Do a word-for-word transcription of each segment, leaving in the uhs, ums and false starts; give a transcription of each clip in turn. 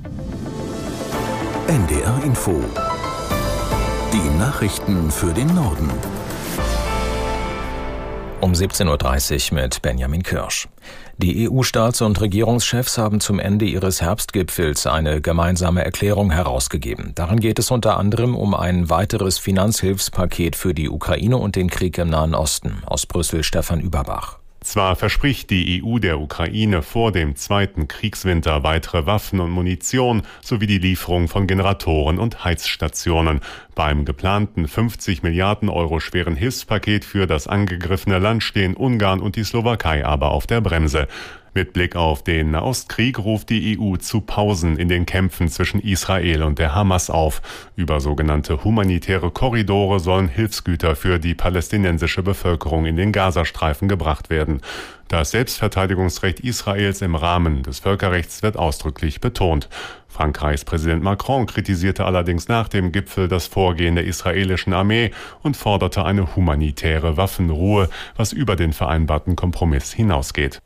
N D R Info. Die Nachrichten für den Norden. Um siebzehn Uhr dreißig mit Benjamin Kirsch. Die E U-Staats- und Regierungschefs haben zum Ende ihres Herbstgipfels eine gemeinsame Erklärung herausgegeben. Darin geht es unter anderem um ein weiteres Finanzhilfspaket für die Ukraine und den Krieg im Nahen Osten. Aus Brüssel Stefan Überbach. Zwar verspricht die E U der Ukraine vor dem zweiten Kriegswinter weitere Waffen und Munition sowie die Lieferung von Generatoren und Heizstationen. Beim geplanten fünfzig Milliarden Euro schweren Hilfspaket für das angegriffene Land stehen Ungarn und die Slowakei aber auf der Bremse. Mit Blick auf den Nahostkrieg ruft die E U zu Pausen in den Kämpfen zwischen Israel und der Hamas auf. Über sogenannte humanitäre Korridore sollen Hilfsgüter für die palästinensische Bevölkerung in den Gazastreifen gebracht werden. Das Selbstverteidigungsrecht Israels im Rahmen des Völkerrechts wird ausdrücklich betont. Frankreichs Präsident Macron kritisierte allerdings nach dem Gipfel das Vorgehen der israelischen Armee und forderte eine humanitäre Waffenruhe, was über den vereinbarten Kompromiss hinausgeht.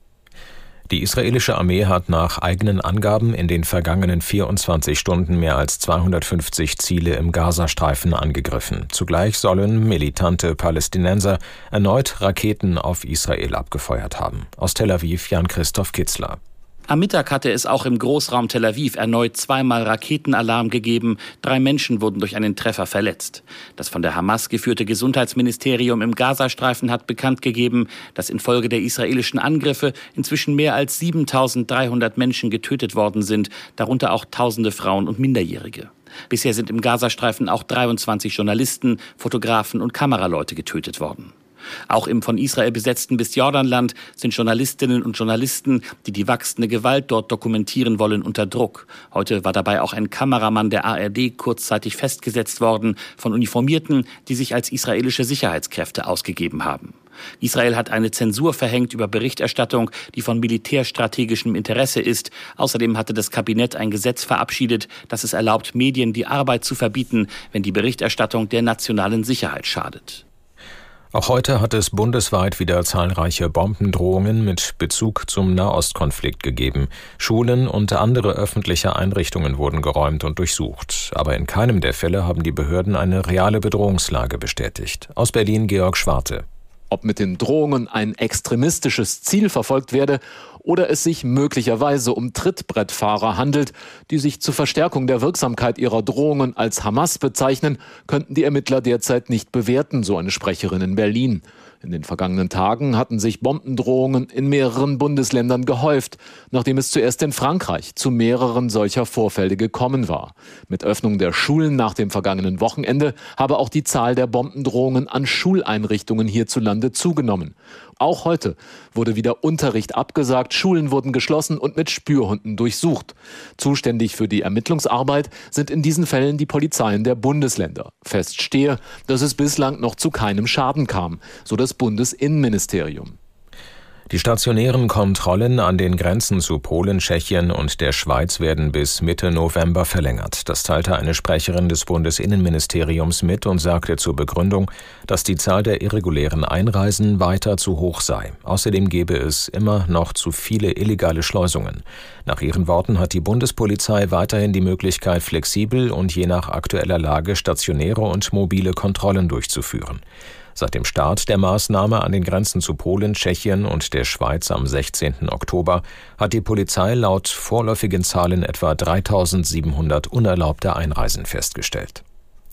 Die israelische Armee hat nach eigenen Angaben in den vergangenen vierundzwanzig Stunden mehr als zweihundertfünfzig Ziele im Gazastreifen angegriffen. Zugleich sollen militante Palästinenser erneut Raketen auf Israel abgefeuert haben. Aus Tel Aviv Jan-Christoph Kitzler. Am Mittag hatte es auch im Großraum Tel Aviv erneut zweimal Raketenalarm gegeben. Drei Menschen wurden durch einen Treffer verletzt. Das von der Hamas geführte Gesundheitsministerium im Gazastreifen hat bekannt gegeben, dass infolge der israelischen Angriffe inzwischen mehr als siebentausenddreihundert Menschen getötet worden sind, darunter auch tausende Frauen und Minderjährige. Bisher sind im Gazastreifen auch dreiundzwanzig Journalisten, Fotografen und Kameraleute getötet worden. Auch im von Israel besetzten Westjordanland sind Journalistinnen und Journalisten, die die wachsende Gewalt dort dokumentieren wollen, unter Druck. Heute war dabei auch ein Kameramann der A R D kurzzeitig festgesetzt worden von Uniformierten, die sich als israelische Sicherheitskräfte ausgegeben haben. Israel hat eine Zensur verhängt über Berichterstattung, die von militärstrategischem Interesse ist. Außerdem hatte das Kabinett ein Gesetz verabschiedet, das es erlaubt, Medien die Arbeit zu verbieten, wenn die Berichterstattung der nationalen Sicherheit schadet. Auch heute hat es bundesweit wieder zahlreiche Bombendrohungen mit Bezug zum Nahostkonflikt gegeben. Schulen und andere öffentliche Einrichtungen wurden geräumt und durchsucht. Aber in keinem der Fälle haben die Behörden eine reale Bedrohungslage bestätigt. Aus Berlin Georg Schwarte. Ob mit den Drohungen ein extremistisches Ziel verfolgt werde oder es sich möglicherweise um Trittbrettfahrer handelt, die sich zur Verstärkung der Wirksamkeit ihrer Drohungen als Hamas bezeichnen, könnten die Ermittler derzeit nicht bewerten, so eine Sprecherin in Berlin. In den vergangenen Tagen hatten sich Bombendrohungen in mehreren Bundesländern gehäuft, nachdem es zuerst in Frankreich zu mehreren solcher Vorfälle gekommen war. Mit Öffnung der Schulen nach dem vergangenen Wochenende habe auch die Zahl der Bombendrohungen an Schuleinrichtungen hierzulande zugenommen. Auch heute wurde wieder Unterricht abgesagt, Schulen wurden geschlossen und mit Spürhunden durchsucht. Zuständig für die Ermittlungsarbeit sind in diesen Fällen die Polizeien der Bundesländer. Fest stehe, dass es bislang noch zu keinem Schaden kam, so das Bundesinnenministerium. Die stationären Kontrollen an den Grenzen zu Polen, Tschechien und der Schweiz werden bis Mitte November verlängert. Das teilte eine Sprecherin des Bundesinnenministeriums mit und sagte zur Begründung, dass die Zahl der irregulären Einreisen weiter zu hoch sei. Außerdem gebe es immer noch zu viele illegale Schleusungen. Nach ihren Worten hat die Bundespolizei weiterhin die Möglichkeit, flexibel und je nach aktueller Lage stationäre und mobile Kontrollen durchzuführen. Seit dem Start der Maßnahme an den Grenzen zu Polen, Tschechien und der Schweiz am sechzehnten Oktober hat die Polizei laut vorläufigen Zahlen etwa dreitausendsiebenhundert unerlaubte Einreisen festgestellt.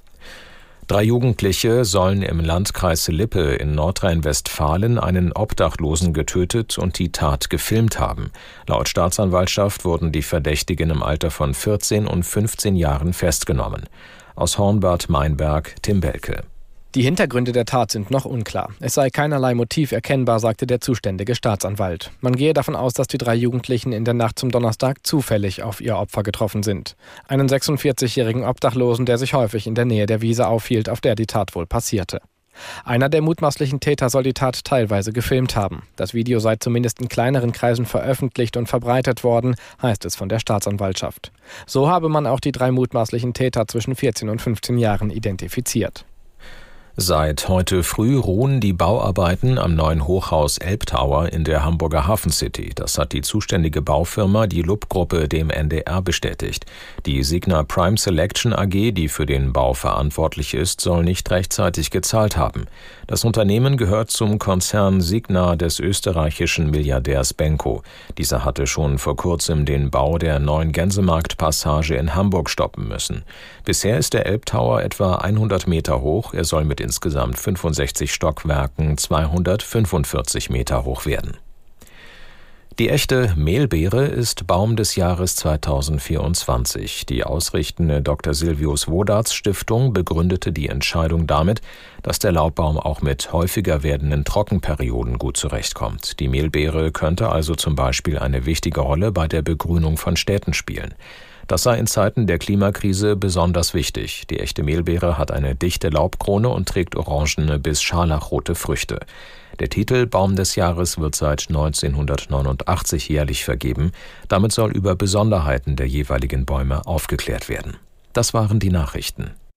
Drei Jugendliche sollen im Landkreis Lippe in Nordrhein-Westfalen einen Obdachlosen getötet und die Tat gefilmt haben. Laut Staatsanwaltschaft wurden die Verdächtigen im Alter von vierzehn und fünfzehn Jahren festgenommen. Aus Hornbad Meinberg Tim Belke. Die Hintergründe der Tat sind noch unklar. Es sei keinerlei Motiv erkennbar, sagte der zuständige Staatsanwalt. Man gehe davon aus, dass die drei Jugendlichen in der Nacht zum Donnerstag zufällig auf ihr Opfer getroffen sind. Einen sechsundvierzigjährigen Obdachlosen, der sich häufig in der Nähe der Wiese aufhielt, auf der die Tat wohl passierte. Einer der mutmaßlichen Täter soll die Tat teilweise gefilmt haben. Das Video sei zumindest in kleineren Kreisen veröffentlicht und verbreitet worden, heißt es von der Staatsanwaltschaft. So habe man auch die drei mutmaßlichen Täter zwischen vierzehn und fünfzehn Jahren identifiziert. Seit heute früh ruhen die Bauarbeiten am neuen Hochhaus Elbtower in der Hamburger Hafen City. Das hat die zuständige Baufirma, die L U B-Gruppe, dem N D R bestätigt. Die Signa Prime Selection A G, die für den Bau verantwortlich ist, soll nicht rechtzeitig gezahlt haben. Das Unternehmen gehört zum Konzern Signa des österreichischen Milliardärs Benko. Dieser hatte schon vor kurzem den Bau der neuen Gänsemarktpassage in Hamburg stoppen müssen. Bisher ist der Elbtower etwa hundert Meter hoch. Er soll mit insgesamt fünfundsechzig Stockwerken zweihundertfünfundvierzig Meter hoch werden. Die echte Mehlbeere ist Baum des Jahres zweitausendvierundzwanzig. Die ausrichtende Doktor Silvius Wodarts Stiftung begründete die Entscheidung damit, dass der Laubbaum auch mit häufiger werdenden Trockenperioden gut zurechtkommt. Die Mehlbeere könnte also zum Beispiel eine wichtige Rolle bei der Begrünung von Städten spielen. Das sei in Zeiten der Klimakrise besonders wichtig. Die echte Mehlbeere hat eine dichte Laubkrone und trägt orangene bis scharlachrote Früchte. Der Titel Baum des Jahres wird seit neunzehnhundertneunundachtzig jährlich vergeben. Damit soll über Besonderheiten der jeweiligen Bäume aufgeklärt werden. Das waren die Nachrichten.